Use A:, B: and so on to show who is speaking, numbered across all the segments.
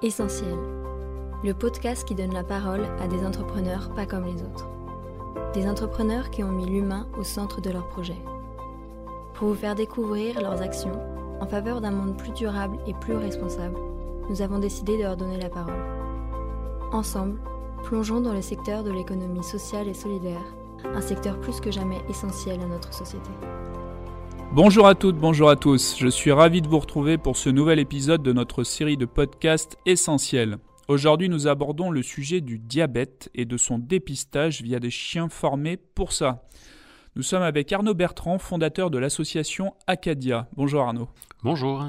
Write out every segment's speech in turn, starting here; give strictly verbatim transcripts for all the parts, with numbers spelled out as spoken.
A: Essentiel, le podcast qui donne la parole à des entrepreneurs pas comme les autres. Des entrepreneurs qui ont mis l'humain au centre de leur projet. Pour vous faire découvrir leurs actions en faveur d'un monde plus durable et plus responsable, nous avons décidé de leur donner la parole. Ensemble, plongeons dans le secteur de l'économie sociale et solidaire, un secteur plus que jamais essentiel à notre société.
B: Bonjour à toutes, bonjour à tous, je suis ravi de vous retrouver pour ce nouvel épisode de notre série de podcasts Essentiel. Aujourd'hui, nous abordons le sujet du diabète et de son dépistage via des chiens formés pour ça. Nous sommes avec Arnaud Bertrand, fondateur de l'association Acadia. Bonjour Arnaud.
C: Bonjour.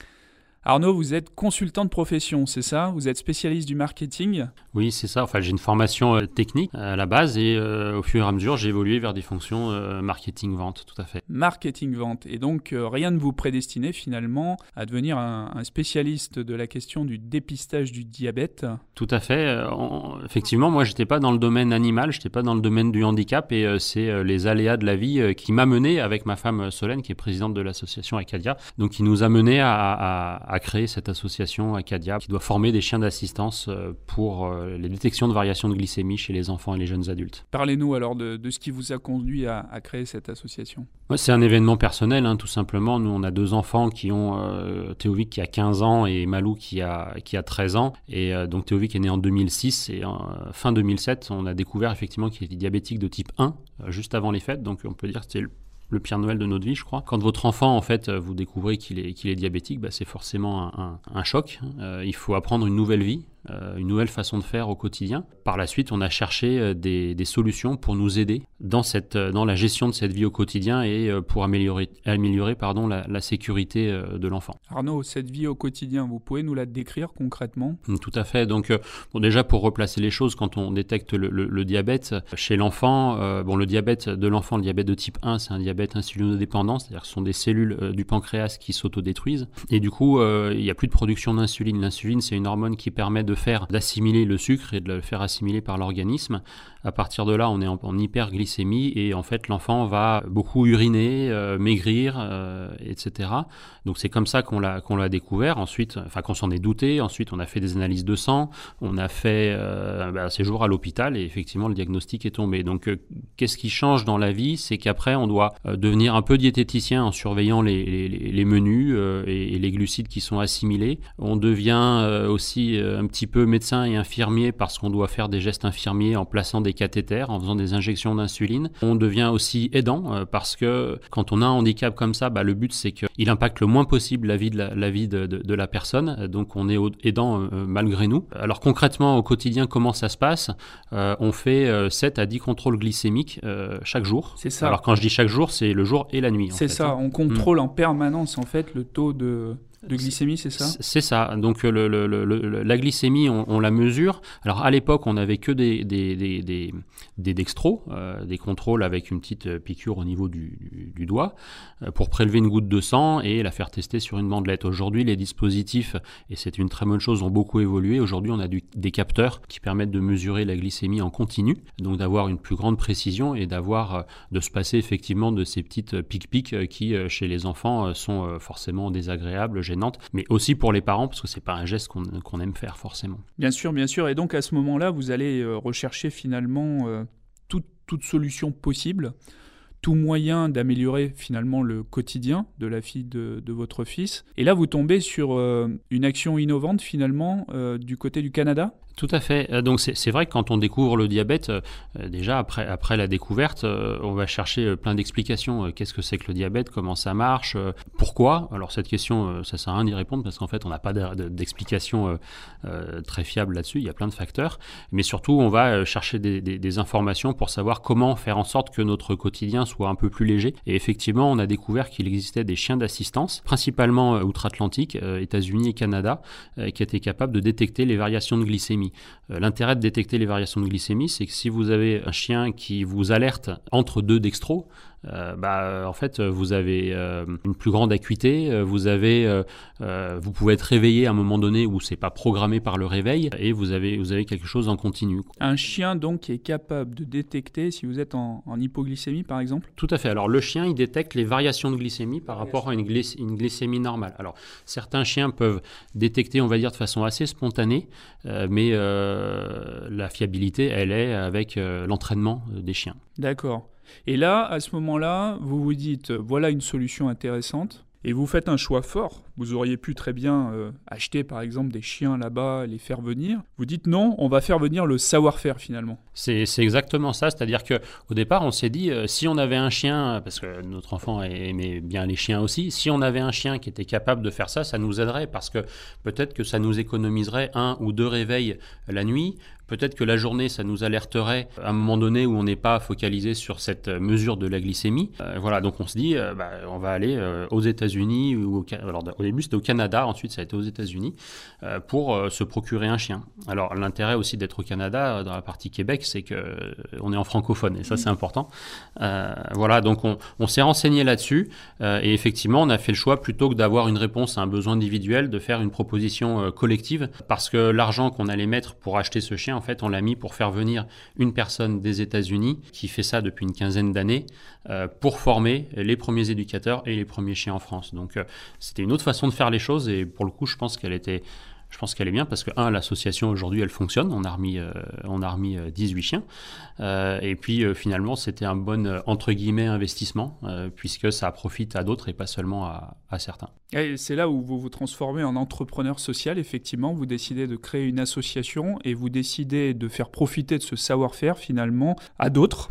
B: Arnaud, vous êtes consultant de profession, c'est ça ? Vous êtes spécialiste du marketing ?
C: Oui, c'est ça. Enfin, j'ai une formation euh, technique à la base et euh, au fur et à mesure, j'ai évolué vers des fonctions euh, marketing-vente, tout à fait.
B: Marketing-vente. Et donc, euh, rien ne vous prédestinait finalement à devenir un, un spécialiste de la question du dépistage du diabète ?
C: Tout à fait. Euh, on, effectivement, moi, je n'étais pas dans le domaine animal, je n'étais pas dans le domaine du handicap et euh, c'est euh, les aléas de la vie euh, qui m'a mené avec ma femme Solène, qui est présidente de l'association Acadia, donc qui nous a mené à, à, à créer cette association Acadia qui doit former des chiens d'assistance pour les détections de variations de glycémie chez les enfants et les jeunes adultes.
B: Parlez-nous alors de, de ce qui vous a conduit à, à créer cette association.
C: Ouais, c'est un événement personnel, hein, tout simplement. Nous, on a deux enfants qui ont euh, Théovic qui a quinze ans et Malou qui a, qui a treize ans. Et euh, donc Théovic est né en deux mille six et en euh, fin deux mille sept, on a découvert effectivement qu'il était diabétique de type un, euh, juste avant les fêtes. Donc on peut dire que c'était le le pire Noël de notre vie, je crois. Quand votre enfant, en fait, vous découvrez qu'il est, qu'il est diabétique, bah, c'est forcément un, un, un choc. Euh, il faut apprendre une nouvelle vie, euh, une nouvelle façon de faire au quotidien. Par la suite, on a cherché des, des solutions pour nous aider dans, cette, dans la gestion de cette vie au quotidien et pour améliorer, améliorer pardon, la, la sécurité de l'enfant.
B: Arnaud, cette vie au quotidien, vous pouvez nous la décrire concrètement ?
C: Tout à fait. Donc, euh, bon, déjà, pour replacer les choses, quand on détecte le, le, le diabète chez l'enfant, euh, bon, le diabète de l'enfant, le diabète de type un, c'est un diabète insulinodépendant, c'est-à-dire que ce sont des cellules euh, du pancréas qui s'autodétruisent. Et du coup, euh, il n'y a plus de production d'insuline. L'insuline, c'est une hormone qui permet de faire, d'assimiler le sucre et de le faire assimiler par l'organisme. À partir de là, on est en, en hyperglycémie et en fait, l'enfant va beaucoup uriner, euh, maigrir, euh, et cetera. Donc, c'est comme ça qu'on l'a, qu'on l'a découvert. Ensuite, enfin, qu'on s'en est douté. Ensuite, on a fait des analyses de sang. On a fait euh, bah, un séjour à l'hôpital et effectivement, le diagnostic est tombé. Donc, euh, qu'est-ce qui change dans la vie ? C'est qu'après, on doit euh, devenir un peu diététicien en surveillant les, les, les menus euh, et, et les glucides qui sont assimilés. On devient euh, aussi euh, un petit peu médecin et infirmier parce qu'on doit faire des gestes infirmiers en plaçant des cathéters, en faisant des injections d'insuline. On devient aussi aidant euh, parce que quand on a un handicap comme ça, bah, le but c'est qu'il impacte le moins possible la vie de la, la, vie de, de, de la personne. Donc on est aidant euh, malgré nous. Alors concrètement au quotidien, comment ça se passe ? euh, On fait euh, sept à dix contrôles glycémiques euh, chaque jour.
B: C'est ça.
C: Alors quand je dis chaque jour, c'est le jour et la nuit.
B: C'est
C: en fait,
B: ça,
C: hein.
B: On contrôle mmh. en permanence en fait le taux de... de glycémie, c'est ça ?
C: C'est ça. Donc le, le, le, le, la glycémie, on, on la mesure. Alors à l'époque, on n'avait que des, des, des, des, des dextros, euh, des contrôles avec une petite piqûre au niveau du, du, du doigt euh, pour prélever une goutte de sang et la faire tester sur une bandelette. Aujourd'hui, les dispositifs, et c'est une très bonne chose, ont beaucoup évolué. Aujourd'hui, on a du, des capteurs qui permettent de mesurer la glycémie en continu, donc d'avoir une plus grande précision et d'avoir de se passer effectivement de ces petites pic-pic qui, chez les enfants, sont forcément désagréables, gênantes, mais aussi pour les parents, parce que c'est pas un geste qu'on, qu'on aime faire forcément.
B: Bien sûr, bien sûr. Et donc à ce moment-là, vous allez euh, rechercher finalement euh, toute, toute solution possible, tout moyen d'améliorer finalement le quotidien de la fille de, de votre fils. Et là, vous tombez sur euh, une action innovante finalement euh, du côté du Canada ?
C: Tout à fait. Donc c'est, c'est vrai que quand on découvre le diabète, euh, déjà après, après la découverte, euh, on va chercher plein d'explications. Euh, qu'est-ce que c'est que le diabète ? Comment ça marche ? euh, Pourquoi ? Alors cette question, euh, ça sert à rien d'y répondre parce qu'en fait on n'a pas de, de, d'explication euh, euh, très fiable là-dessus. Il y a plein de facteurs. Mais surtout on va chercher des, des, des informations pour savoir comment faire en sorte que notre quotidien soit un peu plus léger. Et effectivement on a découvert qu'il existait des chiens d'assistance, principalement euh, outre-Atlantique, euh, États-Unis et Canada, euh, qui étaient capables de détecter les variations de glycémie. Euh, l'intérêt de détecter les variations de glycémie, c'est que si vous avez un chien qui vous alerte entre deux dextros, euh, bah, en fait, vous avez euh, une plus grande acuité, vous, avez, euh, euh, vous pouvez être réveillé à un moment donné où ce n'est pas programmé par le réveil et vous avez, vous avez quelque chose en continu.
B: Un chien donc qui est capable de détecter si vous êtes en, en hypoglycémie par exemple ?
C: Tout à fait. Alors le chien, il détecte les variations de glycémie par rapport à une, glyc- une glycémie normale. Alors certains chiens peuvent détecter, on va dire, de façon assez spontanée, euh, mais euh, la fiabilité, elle est avec euh, l'entraînement des chiens.
B: D'accord. Et là, à ce moment-là, vous vous dites, voilà une solution intéressante, et vous faites un choix fort. Vous auriez pu très bien euh, acheter, par exemple, des chiens là-bas, les faire venir. Vous dites non, on va faire venir le savoir-faire, finalement.
C: C'est, c'est exactement ça, c'est-à-dire qu'au départ, on s'est dit, euh, si on avait un chien, parce que notre enfant aimait bien les chiens aussi, si on avait un chien qui était capable de faire ça, ça nous aiderait, parce que peut-être que ça nous économiserait un ou deux réveils la nuit. Peut-être que la journée, ça nous alerterait à un moment donné où on n'est pas focalisé sur cette mesure de la glycémie. Euh, voilà, donc on se dit, euh, bah, on va aller euh, aux États-Unis ou au, alors au début c'était au Canada, ensuite ça a été aux États-Unis euh, pour euh, se procurer un chien. Alors l'intérêt aussi d'être au Canada, dans la partie Québec, c'est que euh, on est en francophone et ça c'est important. Euh, voilà, donc on, on s'est renseigné là-dessus euh, et effectivement on a fait le choix plutôt que d'avoir une réponse à un besoin individuel, de faire une proposition euh, collective parce que l'argent qu'on allait mettre pour acheter ce chien, en fait, on l'a mis pour faire venir une personne des États-Unis qui fait ça depuis une quinzaine d'années euh, pour former les premiers éducateurs et les premiers chiens en France. Donc, euh, c'était une autre façon de faire les choses et pour le coup, je pense qu'elle était... Je pense qu'elle est bien parce que, un, l'association aujourd'hui, elle fonctionne. On a remis, euh, on a remis euh, dix-huit chiens. Euh, et puis, euh, finalement, c'était un bon, euh, entre guillemets, investissement euh, puisque ça profite à d'autres et pas seulement à, à certains.
B: Et c'est là où vous vous transformez en entrepreneur social, effectivement. Vous décidez de créer une association et vous décidez de faire profiter de ce savoir-faire, finalement, à d'autres.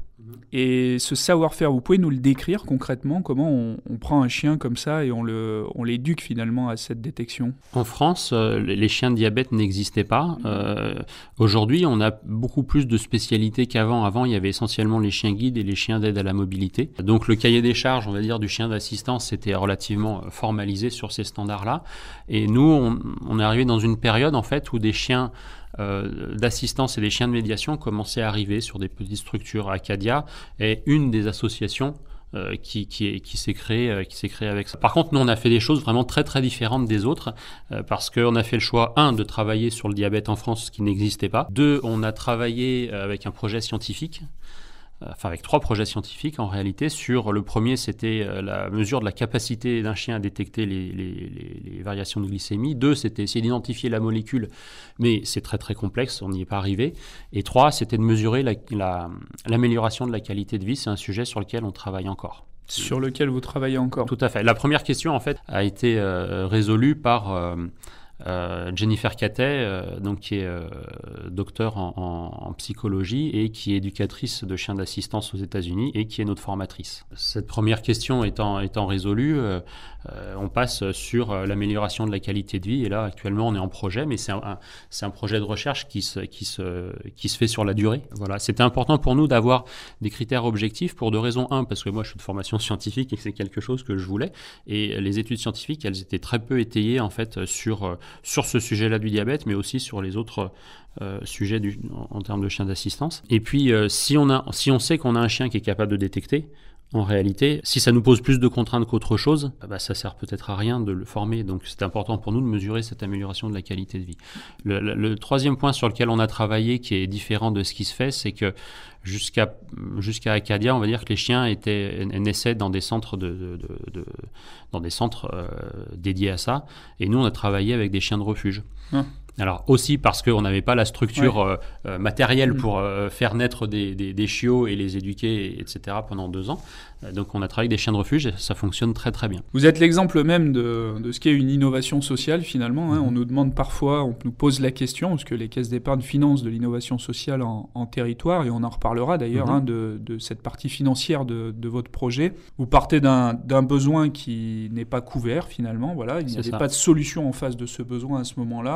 B: Et ce savoir-faire, vous pouvez nous le décrire concrètement? Comment on, on prend un chien comme ça et on, le, on l'éduque finalement à cette détection?
C: En France, euh, les chiens de diabète n'existaient pas. Euh, aujourd'hui, on a beaucoup plus de spécialités qu'avant. Avant, il y avait essentiellement les chiens guides et les chiens d'aide à la mobilité. Donc le cahier des charges, on va dire, du chien d'assistance, c'était relativement formalisé sur ces standards-là. Et nous, on, on est arrivé dans une période en fait où des chiens Euh, d'assistance et des chiens de médiation commençaient à arriver sur des petites structures. Acadia est une des associations euh, qui, qui, est, qui, s'est créée, euh, qui s'est créée avec ça. Par contre, nous, on a fait des choses vraiment très très différentes des autres euh, parce qu'on a fait le choix, un, de travailler sur le diabète en France, ce qui n'existait pas. Deux, on a travaillé avec un projet scientifique. Enfin avec trois projets scientifiques en réalité. Sur le premier, c'était la mesure de la capacité d'un chien à détecter les, les, les, les variations de glycémie. Deux, c'était essayer d'identifier la molécule, mais c'est très très complexe, on n'y est pas arrivé. Et trois, c'était de mesurer la, la, l'amélioration de la qualité de vie. C'est un sujet sur lequel on travaille encore.
B: Sur lequel vous travaillez encore?
C: Tout à fait. La première question en fait a été euh, résolue par euh, Euh, Jennifer Cattet, euh, donc qui est euh, docteur en, en, en psychologie et qui est éducatrice de chiens d'assistance aux États-Unis et qui est notre formatrice. Cette première question étant, étant résolue, euh, euh, on passe sur euh, l'amélioration de la qualité de vie. Et là, actuellement, on est en projet, mais c'est un, un, c'est un projet de recherche qui se, qui, se, qui se fait sur la durée. Voilà. C'était important pour nous d'avoir des critères objectifs pour deux raisons. Un, parce que moi, je suis de formation scientifique et que c'est quelque chose que je voulais. Et les études scientifiques, elles étaient très peu étayées en fait sur sur ce sujet-là du diabète, mais aussi sur les autres euh, sujets du, en, en termes de chiens d'assistance. Et puis, euh, si, on a, si on sait qu'on a un chien qui est capable de détecter, en réalité, si ça nous pose plus de contraintes qu'autre chose, bah, ça sert peut-être à rien de le former. Donc, c'est important pour nous de mesurer cette amélioration de la qualité de vie. Le, le, le troisième point sur lequel on a travaillé, qui est différent de ce qui se fait, c'est que jusqu'à, jusqu'à Acadia, on va dire que les chiens étaient, naissaient dans des centres, de, de, de, de dans des centres euh, dédiés à ça. Et nous, on a travaillé avec des chiens de refuge. Hum. Alors aussi parce qu'on n'avait pas la structure ouais. euh, matérielle mmh. pour euh, faire naître des, des, des chiots et les éduquer, et cetera pendant deux ans. Euh, donc on a travaillé avec des chiens de refuge et ça fonctionne très très bien.
B: Vous êtes l'exemple même de, de ce qu'est une innovation sociale finalement. Hein. Mmh. On nous demande parfois, on nous pose la question, parce que les caisses d'épargne financent de l'innovation sociale en, en territoire, et on en reparlera d'ailleurs mmh. hein, de, de cette partie financière de, de votre projet. Vous partez d'un, d'un besoin qui n'est pas couvert finalement. Voilà. Il n'y avait pas de solution en face de ce besoin à ce moment-là. Vous allez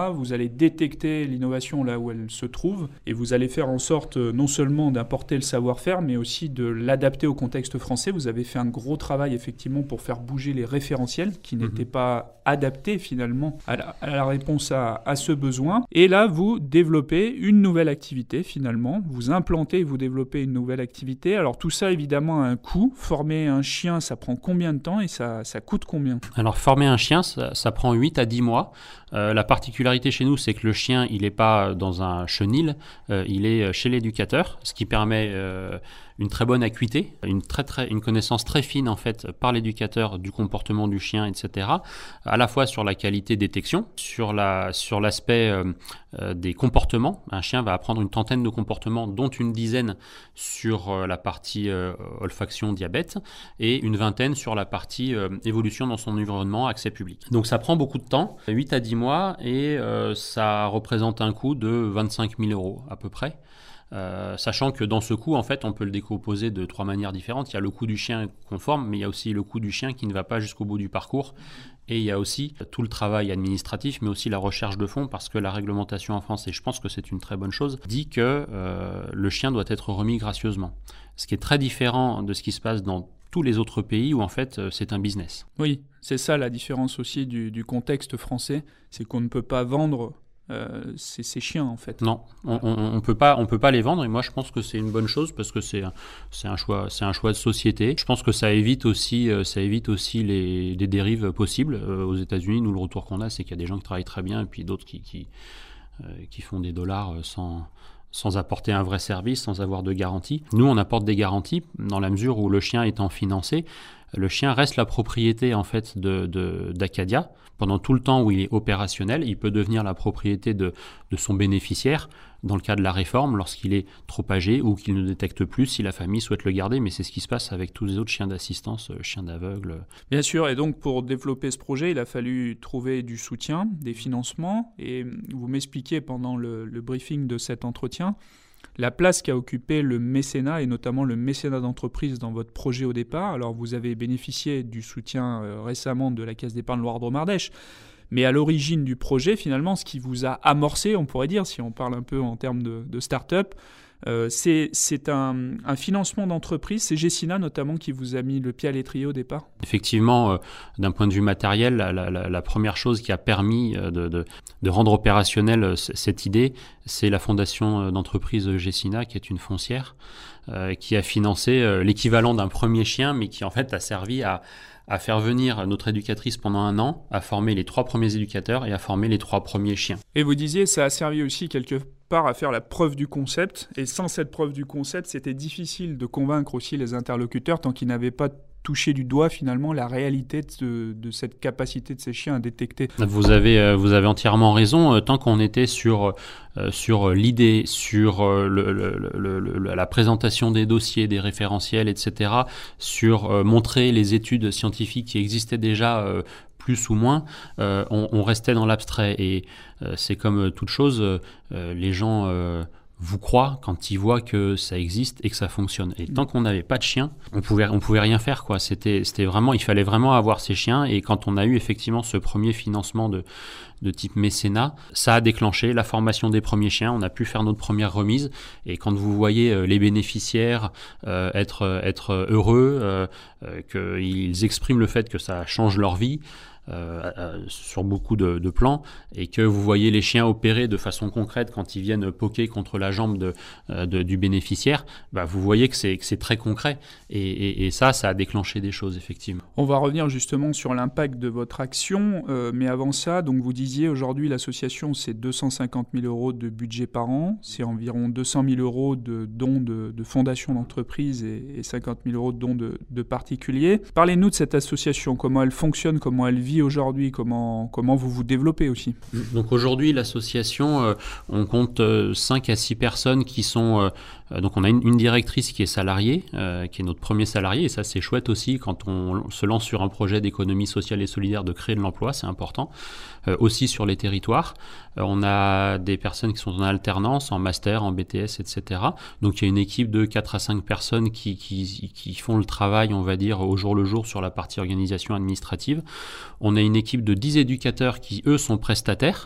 B: détecter l'innovation là où elle se trouve et vous allez faire en sorte euh, non seulement d'apporter le savoir-faire, mais aussi de l'adapter au contexte français. Vous avez fait un gros travail effectivement pour faire bouger les référentiels qui mmh. n'étaient pas adaptés finalement à la, à la réponse à, à ce besoin. Et là, vous développez une nouvelle activité finalement. Vous implantez et vous développez une nouvelle activité. Alors tout ça évidemment a un coût. Former un chien, ça prend combien de temps et ça, ça coûte combien ?
C: Alors former un chien, ça, ça prend huit à dix mois. Euh, la particularité chez nous, c'est que le chien, il n'est pas dans un chenil, euh, il est chez l'éducateur, ce qui permet euh, une très bonne acuité, une, très, très, une connaissance très fine en fait par l'éducateur du comportement du chien, et cetera. À la fois sur la qualité détection, sur, la, sur l'aspect euh, euh, des comportements. Un chien va apprendre une trentaine de comportements, dont une dizaine sur euh, la partie euh, olfaction diabète et une vingtaine sur la partie euh, évolution dans son environnement, accès public. Donc ça prend beaucoup de temps, huit à dix mois, et euh, ça représente un coût de vingt-cinq mille euros à peu près. Euh, sachant que dans ce coût, en fait, on peut le décomposer de trois manières différentes. Il y a le coût du chien conforme, mais il y a aussi le coût du chien qui ne va pas jusqu'au bout du parcours. Et il y a aussi tout le travail administratif, mais aussi la recherche de fonds, parce que la réglementation en France, et je pense que c'est une très bonne chose, dit que euh, le chien doit être remis gracieusement. Ce qui est très différent de ce qui se passe dans tous les autres pays où en fait c'est un business.
B: Oui, c'est ça la différence aussi du, du contexte français, c'est qu'on ne peut pas vendre euh, ces, ces chiens en fait.
C: Non, on, on, on peut pas, on peut pas les vendre, et moi je pense que c'est une bonne chose parce que c'est, c'est un choix, c'est un choix de société. Je pense que ça évite aussi, ça évite aussi les, les dérives possibles. Euh, aux États-Unis, nous le retour qu'on a, c'est qu'il y a des gens qui travaillent très bien et puis d'autres qui qui, euh, qui font des dollars sans sans apporter un vrai service, sans avoir de garantie. Nous, on apporte des garanties dans la mesure où le chien étant financé, le chien reste la propriété en fait de, de, d'Acadia. Pendant tout le temps où il est opérationnel, il peut devenir la propriété de, de son bénéficiaire dans le cas de la réforme, lorsqu'il est trop âgé ou qu'il ne détecte plus, si la famille souhaite le garder. Mais c'est ce qui se passe avec tous les autres chiens d'assistance, chiens d'aveugle.
B: Bien sûr, et donc pour développer ce projet, il a fallu trouver du soutien, des financements. Et vous m'expliquiez pendant le, le briefing de cet entretien la place qu'a occupé le mécénat, et notamment le mécénat d'entreprise dans votre projet au départ. Alors vous avez bénéficié du soutien euh, récemment de la Caisse d'épargne Loire-Drôme-Ardèche, mais à l'origine du projet, finalement, ce qui vous a amorcé, on pourrait dire, si on parle un peu en termes de, de start-up, euh, c'est, c'est un, un financement d'entreprise, c'est Gecina notamment qui vous a mis le pied à l'étrier au départ.
C: Effectivement, euh, d'un point de vue matériel, la, la, la première chose qui a permis de, de, de rendre opérationnelle cette idée, c'est la fondation d'entreprise Gecina, qui est une foncière, euh, qui a financé euh, l'équivalent d'un premier chien, mais qui en fait a servi à à faire venir notre éducatrice pendant un an, à former les trois premiers éducateurs et à former les trois premiers chiens.
B: Et vous disiez, ça a servi aussi quelque part à faire la preuve du concept. Et sans cette preuve du concept, c'était difficile de convaincre aussi les interlocuteurs tant qu'ils n'avaient pas touché du doigt finalement la réalité de, de cette capacité de ces chiens à détecter.
C: Vous avez, vous avez entièrement raison. Tant qu'on était sur, sur l'idée, sur le, le, le, le, la présentation des dossiers, des référentiels, et cetera, sur montrer les études scientifiques qui existaient déjà plus ou moins, euh, on, on restait dans l'abstrait. Et euh, c'est comme toute chose, euh, les gens euh, vous croient quand ils voient que ça existe et que ça fonctionne. Et tant qu'on n'avait pas de chiens, on pouvait, on pouvait rien faire, quoi. C'était, c'était vraiment, il fallait vraiment avoir ces chiens. Et quand on a eu effectivement ce premier financement de, de type mécénat, ça a déclenché la formation des premiers chiens. On a pu faire notre première remise. Et quand vous voyez euh, les bénéficiaires euh, être, être heureux, euh, euh, qu'ils expriment le fait que ça change leur vie, Euh, euh, sur beaucoup de, de plans, et que vous voyez les chiens opérer de façon concrète quand ils viennent poker contre la jambe de, euh, de, du bénéficiaire, bah, vous voyez que c'est, que c'est très concret, et, et, et ça, ça a déclenché des choses, effectivement.
B: On va revenir justement sur l'impact de votre action, euh, mais avant ça, donc vous disiez aujourd'hui l'association c'est deux cent cinquante mille euros de budget par an, c'est environ deux cent mille euros de dons de, de fondations d'entreprises et, et cinquante mille euros de dons de, de particuliers. Parlez-nous de cette association, comment elle fonctionne, comment elle vit aujourd'hui, comment, comment vous vous développez aussi.
C: Donc aujourd'hui, l'association, euh, on compte euh, cinq à six personnes qui sont... Euh, donc on a une, une directrice qui est salariée, euh, qui est notre premier salarié, et ça c'est chouette aussi quand on se lance sur un projet d'économie sociale et solidaire, de créer de l'emploi, c'est important. Euh, aussi sur les territoires, euh, on a des personnes qui sont en alternance, en master, en B T S, et cetera. Donc il y a une équipe de quatre à cinq personnes qui, qui, qui font le travail, on va dire, au jour le jour sur la partie organisation administrative. On a une équipe de dix éducateurs qui, eux, sont prestataires,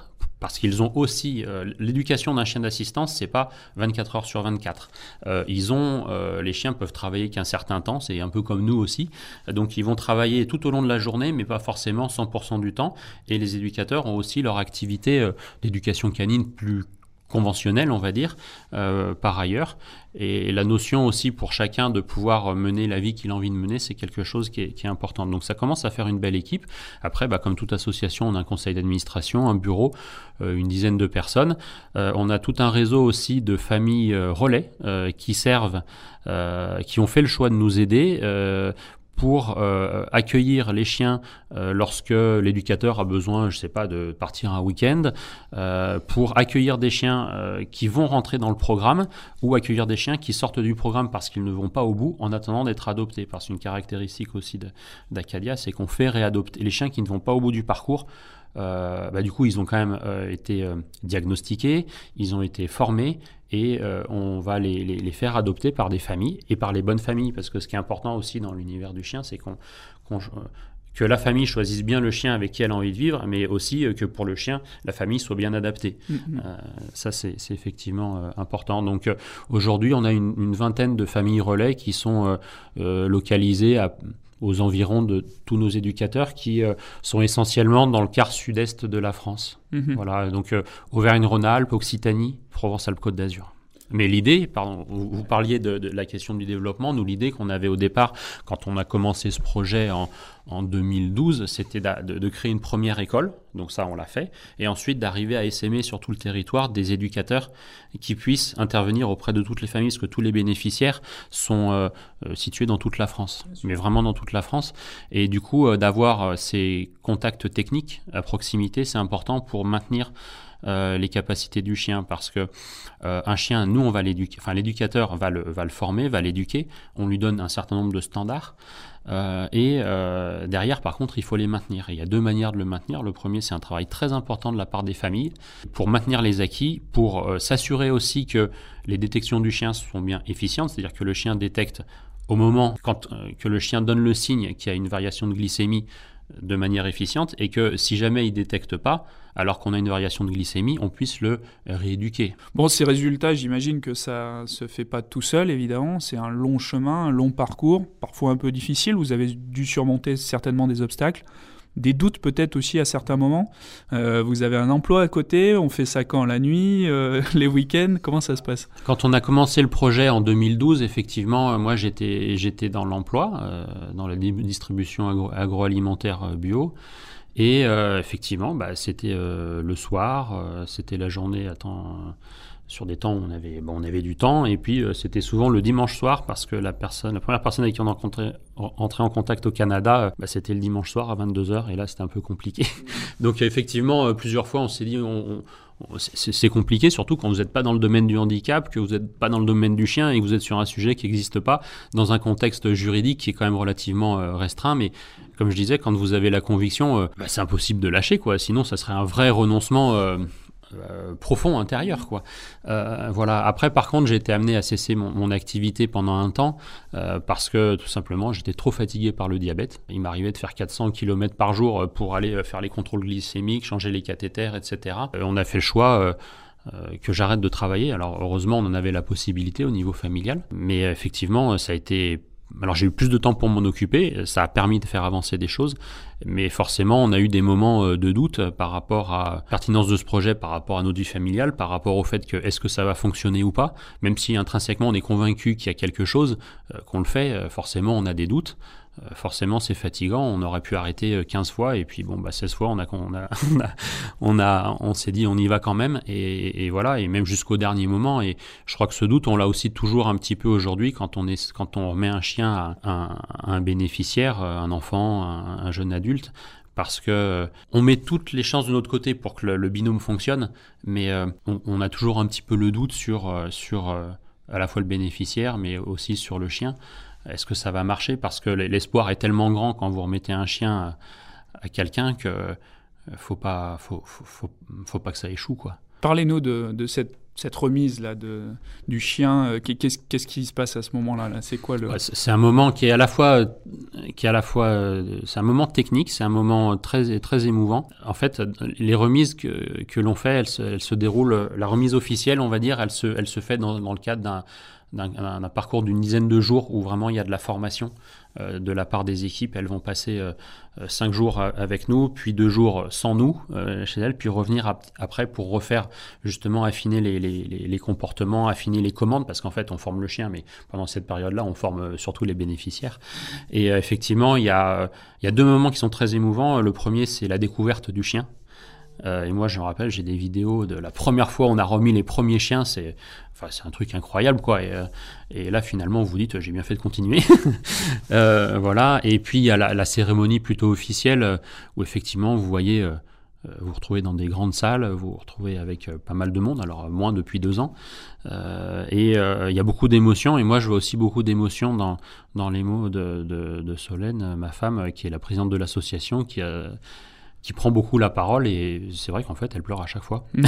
C: parce qu'ils ont aussi euh, l'éducation d'un chien d'assistance, c'est pas vingt-quatre heures sur vingt-quatre. Euh, ils ont, euh, les chiens peuvent travailler qu'un certain temps, c'est un peu comme nous aussi. Donc ils vont travailler tout au long de la journée, mais pas forcément cent pour cent du temps. Et les éducateurs ont aussi leur activité euh, d'éducation canine plus conventionnelle, on va dire, euh, par ailleurs. Et la notion aussi pour chacun de pouvoir mener la vie qu'il a envie de mener, c'est quelque chose qui est, qui est important. Donc ça commence à faire une belle équipe. Après, bah, comme toute association, on a un conseil d'administration, un bureau, euh, une dizaine de personnes. Euh, on a tout un réseau aussi de familles euh, relais euh, qui servent, euh, qui ont fait le choix de nous aider euh, pour euh, accueillir les chiens euh, lorsque l'éducateur a besoin, je sais pas, de partir un week-end, euh, pour accueillir des chiens euh, qui vont rentrer dans le programme ou accueillir des chiens qui sortent du programme parce qu'ils ne vont pas au bout en attendant d'être adoptés. Parce qu'une caractéristique aussi de, d'Acadia, c'est qu'on fait réadopter les chiens qui ne vont pas au bout du parcours. Euh, bah, du coup, ils ont quand même euh, été euh, diagnostiqués, ils ont été formés et euh, on va les, les, les faire adopter par des familles et par les bonnes familles. Parce que ce qui est important aussi dans l'univers du chien, c'est qu'on, qu'on, que la famille choisisse bien le chien avec qui elle a envie de vivre, mais aussi que pour le chien, la famille soit bien adaptée. Mmh. Euh, ça, c'est, c'est effectivement euh, important. Donc euh, aujourd'hui, on a une, une vingtaine de familles relais qui sont euh, euh, localisées à... aux environs de tous nos éducateurs qui euh, sont essentiellement dans le quart sud-est de la France. Mmh. Voilà, donc euh, Auvergne-Rhône-Alpes, Occitanie, Provence-Alpes-Côte d'Azur. Mais l'idée, pardon, vous, vous parliez de, de la question du développement, nous l'idée qu'on avait au départ, quand on a commencé ce projet en, en deux mille douze, c'était de, de, de créer une première école, donc ça on l'a fait, et ensuite d'arriver à essaimer sur tout le territoire des éducateurs qui puissent intervenir auprès de toutes les familles, parce que tous les bénéficiaires sont euh, situés dans toute la France, mais vraiment dans toute la France, et du coup euh, d'avoir euh, ces contacts techniques à proximité, c'est important pour maintenir Euh, les capacités du chien, parce que euh, un chien, nous on va l'éduquer, enfin l'éducateur va le, va le former, va l'éduquer, on lui donne un certain nombre de standards euh, et euh, derrière par contre il faut les maintenir. Et il y a deux manières de le maintenir. Le premier, c'est un travail très important de la part des familles pour maintenir les acquis, pour euh, s'assurer aussi que les détections du chien sont bien efficientes, c'est-à-dire que le chien détecte au moment quand, euh, que le chien donne le signe qu'il y a une variation de glycémie de manière efficiente, et que si jamais il ne détecte pas, alors qu'on a une variation de glycémie, on puisse le rééduquer.
B: Bon, ces résultats, j'imagine que ça ne se fait pas tout seul, évidemment. C'est un long chemin, un long parcours, parfois un peu difficile. Vous avez dû surmonter certainement des obstacles, des doutes peut-être aussi à certains moments. Euh, vous avez un emploi à côté, on fait ça quand, la nuit, euh, les week-ends, comment ça se passe ?
C: Quand on a commencé le projet en deux mille douze, effectivement, moi j'étais, j'étais dans l'emploi, euh, dans la distribution agro- agroalimentaire bio. Et euh, effectivement, bah, c'était euh, le soir, euh, c'était la journée à temps, euh, sur des temps où on avait, bon, on avait du temps, et puis euh, c'était souvent le dimanche soir, parce que la personne, la première personne avec qui on est entré en contact au Canada, euh, bah, c'était le dimanche soir à vingt-deux heures, et là c'était un peu compliqué. Donc effectivement, euh, plusieurs fois on s'est dit, on, on, c'est, c'est compliqué, surtout quand vous n'êtes pas dans le domaine du handicap, que vous n'êtes pas dans le domaine du chien, et que vous êtes sur un sujet qui n'existe pas, dans un contexte juridique qui est quand même relativement euh, restreint, mais comme je disais, quand vous avez la conviction, euh, bah, c'est impossible de lâcher, quoi. Sinon, ça serait un vrai renoncement euh, euh, profond intérieur, quoi. Euh, voilà. Après, par contre, j'ai été amené à cesser mon, mon activité pendant un temps euh, parce que tout simplement, j'étais trop fatigué par le diabète. Il m'arrivait de faire quatre cents kilomètres par jour pour aller faire les contrôles glycémiques, changer les cathéters, et cetera. Euh, on a fait le choix. Euh, Euh, que j'arrête de travailler. Alors heureusement on en avait la possibilité au niveau familial, mais euh, effectivement ça a été... Alors j'ai eu plus de temps pour m'en occuper, ça a permis de faire avancer des choses, mais forcément on a eu des moments de doute par rapport à la pertinence de ce projet, par rapport à notre vie familiale, par rapport au fait que est-ce que ça va fonctionner ou pas, même si intrinsèquement on est convaincu qu'il y a quelque chose, euh, qu'on le fait, forcément on a des doutes. Euh, forcément c'est fatigant, on aurait pu arrêter quinze fois et puis bon bah seize fois on a on a on a on, a, on s'est dit on y va quand même et, et voilà, et même jusqu'au dernier moment. Et je crois que ce doute on l'a aussi toujours un petit peu aujourd'hui quand on est quand on remet un chien à un, à un bénéficiaire, un enfant, un, un jeune adulte, parce que euh, on met toutes les chances de notre côté pour que le, le binôme fonctionne, mais euh, on, on a toujours un petit peu le doute sur euh, sur euh, à la fois le bénéficiaire mais aussi sur le chien. Est-ce que ça va marcher ? Parce que l'espoir est tellement grand quand vous remettez un chien à, à quelqu'un que faut pas, faut, faut, faut, faut pas que ça échoue, quoi.
B: Parlez-nous de, de cette cette remise là de du chien, qu'est-ce, qu'est-ce qui se passe à ce moment-là là, c'est quoi le
C: ouais, c'est un moment qui est à la fois qui est à la fois c'est un moment technique, c'est un moment très très émouvant. En fait, les remises que que l'on fait, elles se, elles se déroulent, la remise officielle, on va dire, elle se elle se fait dans dans le cadre d'un d'un, d'un parcours d'une dizaine de jours où vraiment il y a de la formation euh, de la part des équipes. Elles vont passer euh, cinq jours avec nous, puis deux jours sans nous euh, chez elles, puis revenir ap- après pour refaire justement affiner les, les, les, les comportements, affiner les commandes, parce qu'en fait on forme le chien, mais pendant cette période-là on forme surtout les bénéficiaires. Et euh, effectivement il y a, il y a deux moments qui sont très émouvants. Le premier, c'est la découverte du chien. Euh, et moi, je me rappelle, j'ai des vidéos de la première fois où on a remis les premiers chiens. C'est, enfin, c'est un truc incroyable, quoi. Et, euh, et là, finalement, vous vous dites, j'ai bien fait de continuer. euh, voilà. Et puis, il y a la, la cérémonie plutôt officielle euh, où, effectivement, vous voyez, euh, vous vous retrouvez dans des grandes salles, vous vous retrouvez avec euh, pas mal de monde, alors moins depuis deux ans. Euh, et euh, il y a beaucoup d'émotions. Et moi, je vois aussi beaucoup d'émotions dans, dans les mots de, de, de Solène, ma femme, qui est la présidente de l'association, qui a. qui prend beaucoup la parole, et c'est vrai qu'en fait, elle pleure à chaque fois.
B: Mais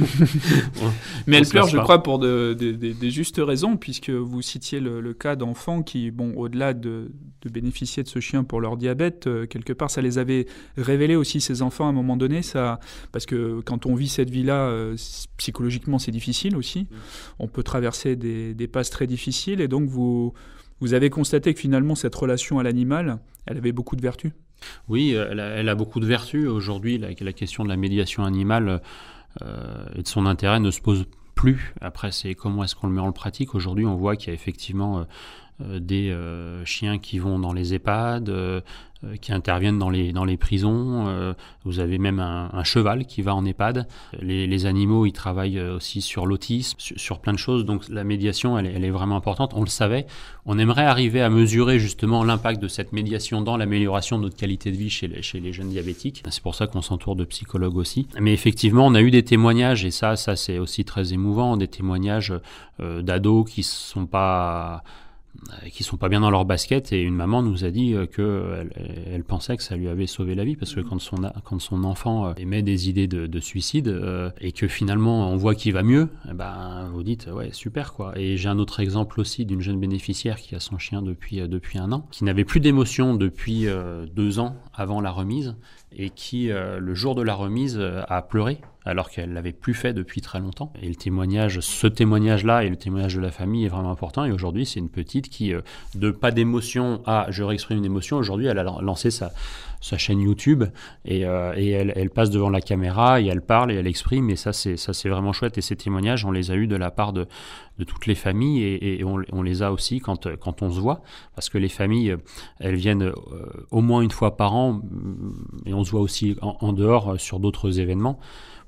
B: elle pleure, je crois, pour de, de, de, de justes raisons, puisque vous citiez le, le cas d'enfants qui, bon, au-delà de, de bénéficier de ce chien pour leur diabète, euh, quelque part, ça les avait révélés aussi, ces enfants, à un moment donné, ça, parce que quand on vit cette vie-là, euh, psychologiquement, c'est difficile aussi. Mmh. On peut traverser des, des passes très difficiles, et donc vous, vous avez constaté que finalement, cette relation à l'animal, elle avait beaucoup de vertus.
C: Oui, elle a, elle a beaucoup de vertus. Aujourd'hui, la, la question de la médiation animale euh, et de son intérêt ne se pose plus. Après, c'est comment est-ce qu'on le met en pratique. Aujourd'hui, on voit qu'il y a effectivement euh, des euh, chiens qui vont dans les EHPAD, euh, qui interviennent dans les, dans les prisons. Euh, vous avez même un, un cheval qui va en EHPAD. Les, les animaux, ils travaillent aussi sur l'autisme, sur, sur plein de choses. Donc la médiation, elle, elle est vraiment importante. On le savait. On aimerait arriver à mesurer justement l'impact de cette médiation dans l'amélioration de notre qualité de vie chez les, chez les jeunes diabétiques. C'est pour ça qu'on s'entoure de psychologues aussi. Mais effectivement, on a eu des témoignages, et ça, ça c'est aussi très émouvant, des témoignages euh, d'ados qui sont pas... qui sont pas bien dans leur basket, et une maman nous a dit que elle, elle pensait que ça lui avait sauvé la vie, parce que quand son, quand son enfant émet des idées de, de suicide euh, et que finalement on voit qu'il va mieux, eh ben vous dites ouais super quoi. Et j'ai un autre exemple aussi d'une jeune bénéficiaire qui a son chien depuis, depuis un an, qui n'avait plus d'émotion depuis euh, deux ans avant la remise, et qui euh, le jour de la remise euh, a pleuré alors qu'elle l'avait plus fait depuis très longtemps. Et le témoignage, ce témoignage-là et le témoignage de la famille est vraiment important. Et aujourd'hui, c'est une petite qui, euh, de pas d'émotion à je réexprime une émotion, aujourd'hui, elle a lancé sa, sa chaîne YouTube, et, euh, et elle, elle passe devant la caméra et elle parle et elle exprime. Et ça, c'est, ça, c'est vraiment chouette. Et ces témoignages, on les a eus de la part de, de toutes les familles, et, et on, on les a aussi quand, quand on se voit, parce que les familles, elles viennent euh, au moins une fois par an, et on se voit aussi en, en dehors sur d'autres événements.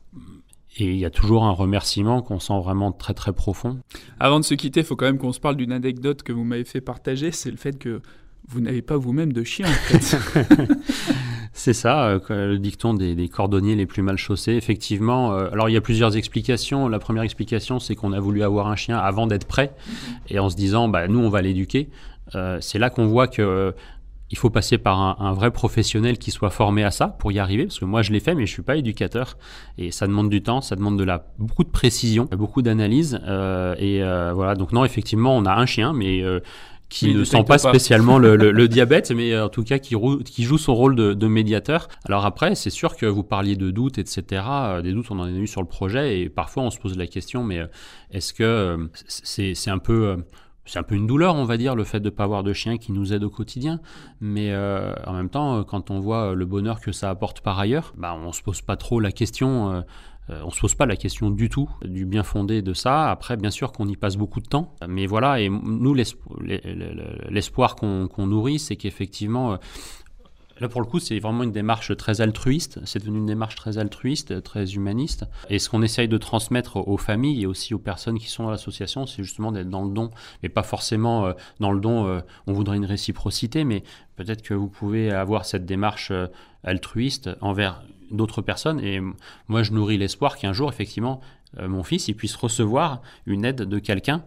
C: Et il y a toujours un remerciement qu'on sent vraiment très très profond.
B: Avant de se quitter, il faut quand même qu'on se parle d'une anecdote que vous m'avez fait partager, c'est le fait que vous n'avez pas vous-même de chien, en fait.
C: C'est ça, euh, le dicton des, des cordonniers les plus mal chaussés. Effectivement, euh, alors il y a plusieurs explications. La première explication, c'est qu'on a voulu avoir un chien avant d'être prêt, et en se disant, bah, nous, on va l'éduquer. Euh, c'est là qu'on voit que... Euh, il faut passer par un, un vrai professionnel qui soit formé à ça pour y arriver, parce que moi je l'ai fait mais je suis pas éducateur, et ça demande du temps, ça demande de la beaucoup de précision, beaucoup d'analyse, euh, et euh, voilà. Donc non, effectivement, on a un chien, mais euh, qui ne sent pas, pas spécialement le, le, le diabète, mais en tout cas qui, rou- qui joue son rôle de, de médiateur. Alors après, c'est sûr que vous parliez de doutes, et cetera. Des doutes, on en a eu sur le projet, et parfois on se pose la question, mais est-ce que c'est, c'est un peu... C'est un peu une douleur, on va dire, le fait de ne pas avoir de chien qui nous aide au quotidien. Mais euh, en même temps, quand on voit le bonheur que ça apporte par ailleurs, bah, on ne se pose pas trop la question, euh, on ne se pose pas la question du tout du bien fondé de ça. Après, bien sûr qu'on y passe beaucoup de temps. Mais voilà, et nous, l'espo- l'espoir qu'on, qu'on nourrit, c'est qu'effectivement... Euh, Là, pour le coup, c'est vraiment une démarche très altruiste. C'est devenu une démarche très altruiste, très humaniste. Et ce qu'on essaye de transmettre aux familles et aussi aux personnes qui sont dans l'association, c'est justement d'être dans le don. Mais pas forcément euh, dans le don, euh, on voudrait une réciprocité, mais peut-être que vous pouvez avoir cette démarche euh, altruiste envers d'autres personnes. Et moi, je nourris l'espoir qu'un jour, effectivement, euh, mon fils, il puisse recevoir une aide de quelqu'un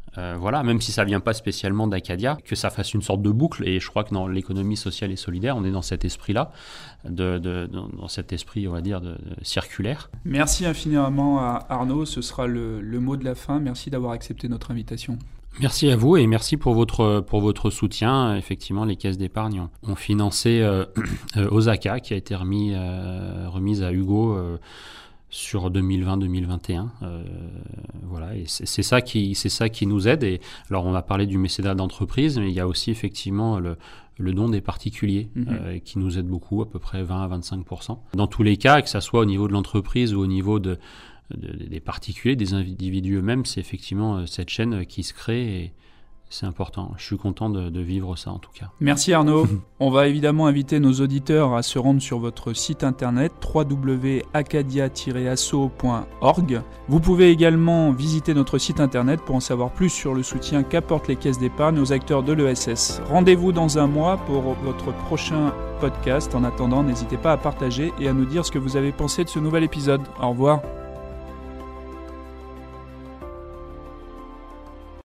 C: Euh, voilà, même si ça vient pas spécialement d'Acadia, que ça fasse une sorte de boucle. Et je crois que dans l'économie sociale et solidaire, on est dans cet esprit-là, de, de, dans cet esprit, on va dire, de, de circulaire.
B: Merci infiniment à Arnaud, ce sera le, le mot de la fin. Merci d'avoir accepté notre invitation.
C: Merci à vous et merci pour votre, pour votre soutien. Effectivement, les caisses d'épargne ont, ont financé euh, Osaka, qui a été remis, euh, remise à Hugo euh, sur deux mille vingt deux mille vingt et un. Euh, voilà, et c'est, c'est, ça qui, c'est ça qui nous aide. Et, alors, on a parlé du mécénat d'entreprise, mais il y a aussi effectivement le, le don des particuliers mmh. euh, qui nous aide beaucoup, à peu près vingt à vingt-cinq pour cent. Dans tous les cas, que ça soit au niveau de l'entreprise ou au niveau de, de, des particuliers, des individus eux-mêmes, c'est effectivement cette chaîne qui se crée et c'est important. Je suis content de, de vivre ça en tout cas.
B: Merci Arnaud. On va évidemment inviter nos auditeurs à se rendre sur votre site internet w w w point acadia tiret asso point org. Vous pouvez également visiter notre site internet pour en savoir plus sur le soutien qu'apportent les caisses d'épargne aux acteurs de l'E S S. Rendez-vous dans un mois pour votre prochain podcast. En attendant, n'hésitez pas à partager et à nous dire ce que vous avez pensé de ce nouvel épisode. Au revoir.